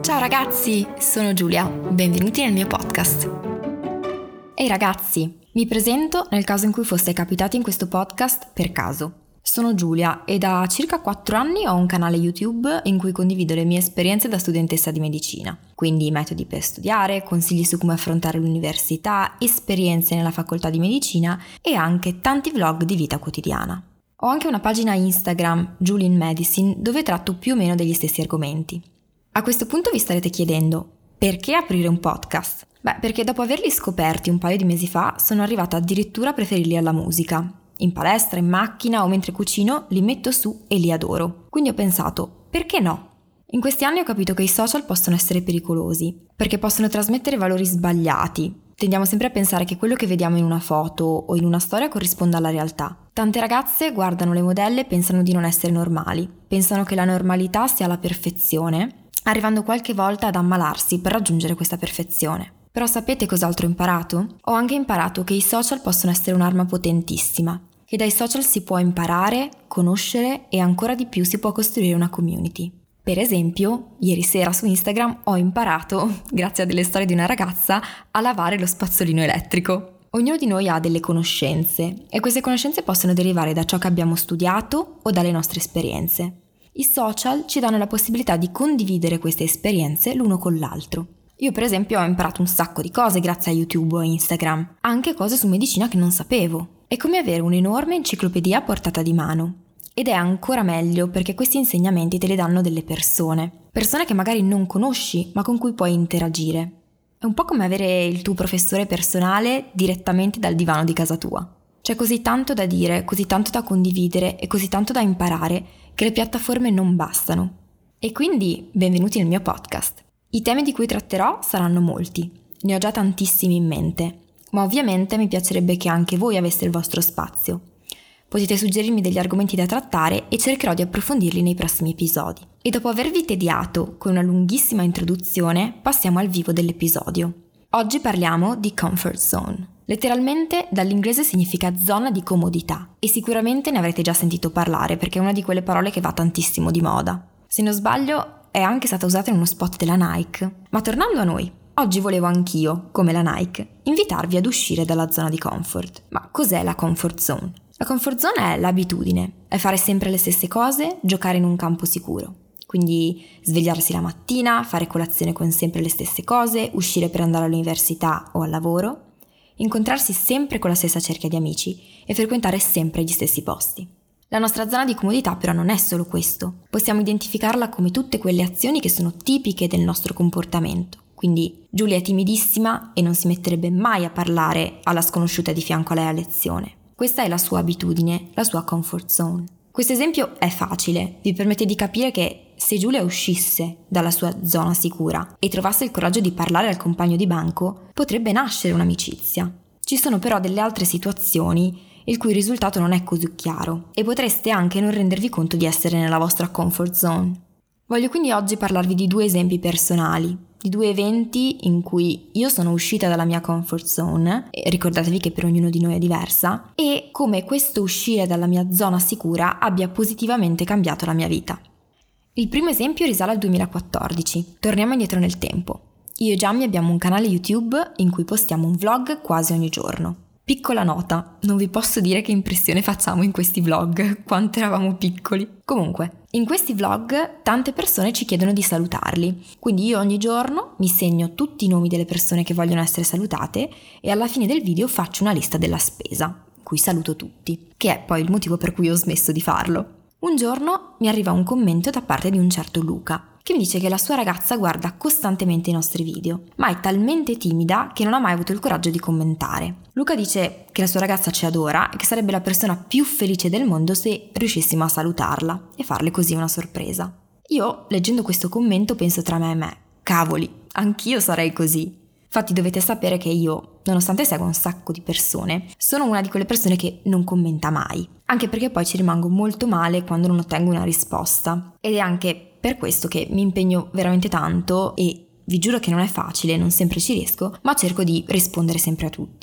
Ciao ragazzi, sono Giulia, benvenuti nel mio podcast. Ehi ragazzi, mi presento nel caso in cui foste capitati in questo podcast per caso. Sono Giulia e da circa 4 anni ho un canale YouTube in cui condivido le mie esperienze da studentessa di medicina, quindi metodi per studiare, consigli su come affrontare l'università, esperienze nella facoltà di medicina e anche tanti vlog di vita quotidiana. Ho anche una pagina Instagram, Julie in Medicine, dove tratto più o meno degli stessi argomenti. A questo punto vi starete chiedendo, perché aprire un podcast? Perché dopo averli scoperti un paio di mesi fa, sono arrivata addirittura a preferirli alla musica. In palestra, in macchina o mentre cucino, li metto su e li adoro. Quindi ho pensato, perché no? In questi anni ho capito che i social possono essere pericolosi, perché possono trasmettere valori sbagliati. Tendiamo sempre a pensare che quello che vediamo in una foto o in una storia corrisponda alla realtà. Tante ragazze guardano le modelle e pensano di non essere normali, pensano che la normalità sia la perfezione, arrivando qualche volta ad ammalarsi per raggiungere questa perfezione. Però sapete cos'altro ho imparato? Ho anche imparato che i social possono essere un'arma potentissima, che dai social si può imparare, conoscere e ancora di più si può costruire una community. Per esempio, ieri sera su Instagram ho imparato, grazie a delle storie di una ragazza, a lavare lo spazzolino elettrico. Ognuno di noi ha delle conoscenze e queste conoscenze possono derivare da ciò che abbiamo studiato o dalle nostre esperienze. I social ci danno la possibilità di condividere queste esperienze l'uno con l'altro. Io per esempio ho imparato un sacco di cose grazie a YouTube o Instagram, anche cose su medicina che non sapevo. È come avere un'enorme enciclopedia a portata di mano. Ed è ancora meglio perché questi insegnamenti te li danno delle persone che magari non conosci ma con cui puoi interagire. È un po' come avere il tuo professore personale direttamente dal divano di casa tua. C'è così tanto da dire, così tanto da condividere e così tanto da imparare che le piattaforme non bastano. E quindi benvenuti nel mio podcast. I temi di cui tratterò saranno molti, ne ho già tantissimi in mente, ma ovviamente mi piacerebbe che anche voi aveste il vostro spazio. Potete suggerirmi degli argomenti da trattare e cercherò di approfondirli nei prossimi episodi. E dopo avervi tediato con una lunghissima introduzione, passiamo al vivo dell'episodio. Oggi parliamo di comfort zone. Letteralmente dall'inglese significa zona di comodità e sicuramente ne avrete già sentito parlare perché è una di quelle parole che va tantissimo di moda. Se non sbaglio è anche stata usata in uno spot della Nike. Ma tornando a noi, oggi volevo anch'io, come la Nike, invitarvi ad uscire dalla zona di comfort. Ma cos'è la comfort zone? La comfort zone è l'abitudine, è fare sempre le stesse cose, giocare in un campo sicuro. Quindi svegliarsi la mattina, fare colazione con sempre le stesse cose, uscire per andare all'università o al lavoro, incontrarsi sempre con la stessa cerchia di amici e frequentare sempre gli stessi posti. La nostra zona di comodità però non è solo questo. Possiamo identificarla come tutte quelle azioni che sono tipiche del nostro comportamento. Quindi Giulia è timidissima e non si metterebbe mai a parlare alla sconosciuta di fianco a lei a lezione. Questa è la sua abitudine, la sua comfort zone. Questo esempio è facile, vi permette di capire che se Giulia uscisse dalla sua zona sicura e trovasse il coraggio di parlare al compagno di banco, potrebbe nascere un'amicizia. Ci sono però delle altre situazioni il cui risultato non è così chiaro e potreste anche non rendervi conto di essere nella vostra comfort zone. Voglio quindi oggi parlarvi di 2 esempi personali, di 2 eventi in cui io sono uscita dalla mia comfort zone, e ricordatevi che per ognuno di noi è diversa, e come questo uscire dalla mia zona sicura abbia positivamente cambiato la mia vita. Il primo esempio risale al 2014, torniamo indietro nel tempo. Io e Gianni abbiamo un canale YouTube in cui postiamo un vlog quasi ogni giorno. Piccola nota, non vi posso dire che impressione facciamo in questi vlog, quanto eravamo piccoli. Comunque, in questi vlog tante persone ci chiedono di salutarli, quindi io ogni giorno mi segno tutti i nomi delle persone che vogliono essere salutate e alla fine del video faccio una lista della spesa, in cui saluto tutti, che è poi il motivo per cui ho smesso di farlo. Un giorno mi arriva un commento da parte di un certo Luca, che mi dice che la sua ragazza guarda costantemente i nostri video, ma è talmente timida che non ha mai avuto il coraggio di commentare. Luca dice che la sua ragazza ci adora e che sarebbe la persona più felice del mondo se riuscissimo a salutarla e farle così una sorpresa. Io, leggendo questo commento, penso tra me e me, cavoli, anch'io sarei così. Infatti dovete sapere che io, nonostante segua un sacco di persone, sono una di quelle persone che non commenta mai, anche perché poi ci rimango molto male quando non ottengo una risposta. Ed è anche per questo che mi impegno veramente tanto e vi giuro che non è facile, non sempre ci riesco, ma cerco di rispondere sempre a tutti.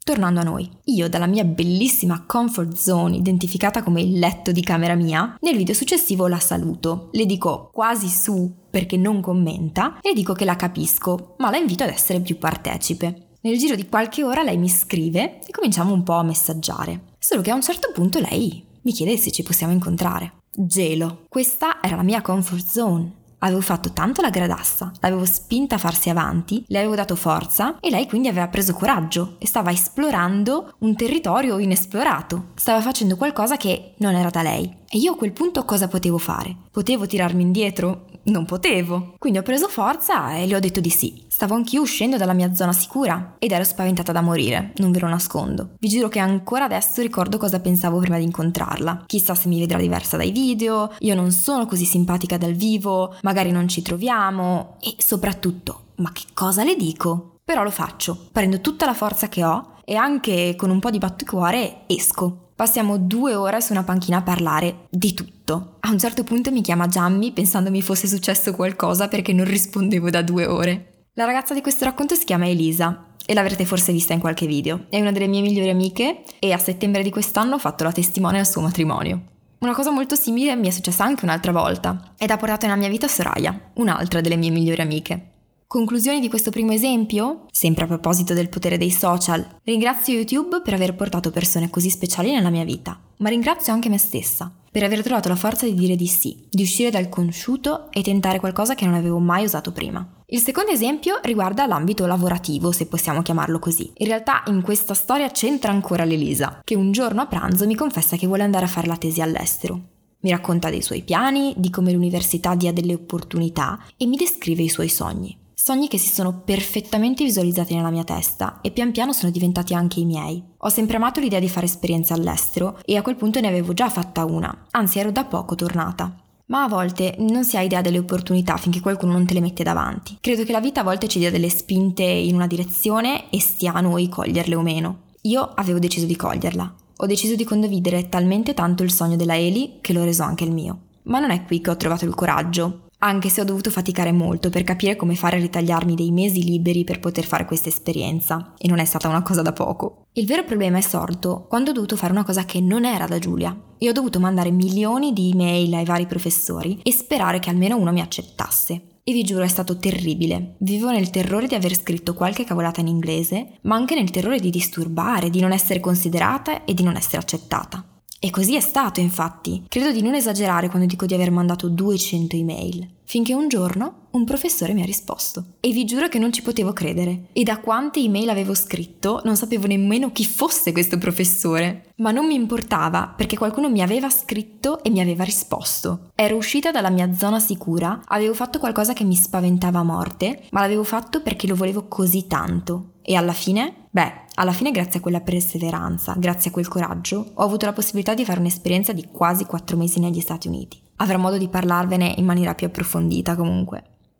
Tornando a noi, io dalla mia bellissima comfort zone identificata come il letto di camera mia, nel video successivo la saluto, le dico quasi su perché non commenta e le dico che la capisco, ma la invito ad essere più partecipe. Nel giro di qualche ora lei mi scrive e cominciamo un po' a messaggiare, solo che a un certo punto lei mi chiede se ci possiamo incontrare. Gelo, questa era la mia comfort zone. Avevo fatto tanto la gradassa, l'avevo spinta a farsi avanti, le avevo dato forza e lei quindi aveva preso coraggio e stava esplorando un territorio inesplorato. Stava facendo qualcosa che non era da lei. E io a quel punto cosa potevo fare? Potevo tirarmi indietro? Non potevo. Quindi ho preso forza e le ho detto di sì. Stavo anch'io uscendo dalla mia zona sicura ed ero spaventata da morire, non ve lo nascondo. Vi giuro che ancora adesso ricordo cosa pensavo prima di incontrarla. Chissà se mi vedrà diversa dai video, io non sono così simpatica dal vivo, magari non ci troviamo e soprattutto, ma che cosa le dico? Però lo faccio, prendo tutta la forza che ho e anche con un po' di batticuore esco. Passiamo 2 ore su una panchina a parlare di tutto. A un certo punto mi chiama Giammi pensando mi fosse successo qualcosa perché non rispondevo da 2 ore. La ragazza di questo racconto si chiama Elisa e l'avrete forse vista in qualche video. È una delle mie migliori amiche e a settembre di quest'anno ho fatto la testimone al suo matrimonio. Una cosa molto simile mi è successa anche un'altra volta ed ha portato nella mia vita Soraya, un'altra delle mie migliori amiche. Conclusioni di questo primo esempio? Sempre a proposito del potere dei social, ringrazio YouTube per aver portato persone così speciali nella mia vita, ma ringrazio anche me stessa per aver trovato la forza di dire di sì, di uscire dal conosciuto e tentare qualcosa che non avevo mai usato prima. Il secondo esempio riguarda l'ambito lavorativo, se possiamo chiamarlo così. In realtà in questa storia c'entra ancora l'Elisa, che un giorno a pranzo mi confessa che vuole andare a fare la tesi all'estero. Mi racconta dei suoi piani, di come l'università dia delle opportunità e mi descrive i suoi sogni. Sogni che si sono perfettamente visualizzati nella mia testa e pian piano sono diventati anche i miei. Ho sempre amato l'idea di fare esperienze all'estero e a quel punto ne avevo già fatta una, anzi ero da poco tornata. Ma a volte non si ha idea delle opportunità finché qualcuno non te le mette davanti. Credo che la vita a volte ci dia delle spinte in una direzione e stia a noi coglierle o meno. Io avevo deciso di coglierla. Ho deciso di condividere talmente tanto il sogno della Eli che l'ho reso anche il mio. Ma non è qui che ho trovato il coraggio. Anche se ho dovuto faticare molto per capire come fare a ritagliarmi dei mesi liberi per poter fare questa esperienza, e non è stata una cosa da poco. Il vero problema è sorto quando ho dovuto fare una cosa che non era da Giulia, e ho dovuto mandare milioni di email ai vari professori e sperare che almeno uno mi accettasse. E vi giuro è stato terribile. Vivo nel terrore di aver scritto qualche cavolata in inglese, ma anche nel terrore di disturbare, di non essere considerata e di non essere accettata. E così è stato, infatti. Credo di non esagerare quando dico di aver mandato 200 email. Finché un giorno un professore mi ha risposto. E vi giuro che non ci potevo credere. E da quante email avevo scritto non sapevo nemmeno chi fosse questo professore. Ma non mi importava perché qualcuno mi aveva scritto e mi aveva risposto. Ero uscita dalla mia zona sicura, avevo fatto qualcosa che mi spaventava a morte, ma l'avevo fatto perché lo volevo così tanto. E alla fine? Alla fine grazie a quella perseveranza, grazie a quel coraggio, ho avuto la possibilità di fare un'esperienza di quasi 4 mesi negli Stati Uniti. Avrò modo di parlarvene in maniera più approfondita comunque.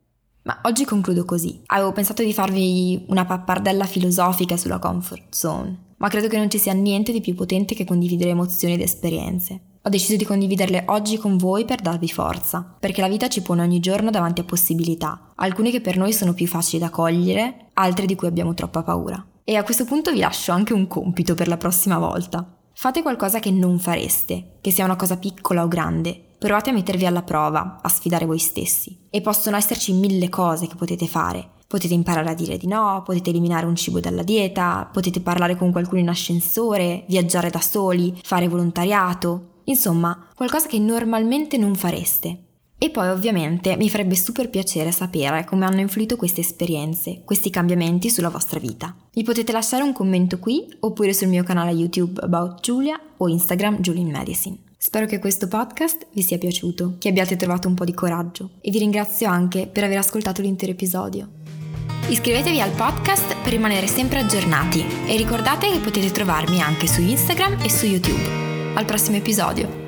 Ma oggi concludo così. Avevo pensato di farvi una pappardella filosofica sulla comfort zone, ma credo che non ci sia niente di più potente che condividere emozioni ed esperienze. Ho deciso di condividerle oggi con voi per darvi forza, perché la vita ci pone ogni giorno davanti a possibilità, alcune che per noi sono più facili da cogliere, altre di cui abbiamo troppa paura. E a questo punto vi lascio anche un compito per la prossima volta. Fate qualcosa che non fareste, che sia una cosa piccola o grande. Provate a mettervi alla prova, a sfidare voi stessi. E possono esserci 1000 cose che potete fare. Potete imparare a dire di no, potete eliminare un cibo dalla dieta, potete parlare con qualcuno in ascensore, viaggiare da soli, fare volontariato. Insomma, qualcosa che normalmente non fareste. E poi ovviamente mi farebbe super piacere sapere come hanno influito queste esperienze, questi cambiamenti sulla vostra vita. Mi potete lasciare un commento qui oppure sul mio canale YouTube About Giulia o Instagram Julia in Medicine. Spero che questo podcast vi sia piaciuto, che abbiate trovato un po' di coraggio e vi ringrazio anche per aver ascoltato l'intero episodio. Iscrivetevi al podcast per rimanere sempre aggiornati e ricordate che potete trovarmi anche su Instagram e su YouTube. Al prossimo episodio!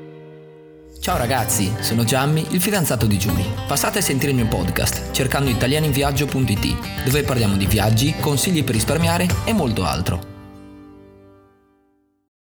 Ciao ragazzi, sono Giammi, il fidanzato di Giulia. Passate a sentire il mio podcast cercando italianinviaggio.it, dove parliamo di viaggi, consigli per risparmiare e molto altro.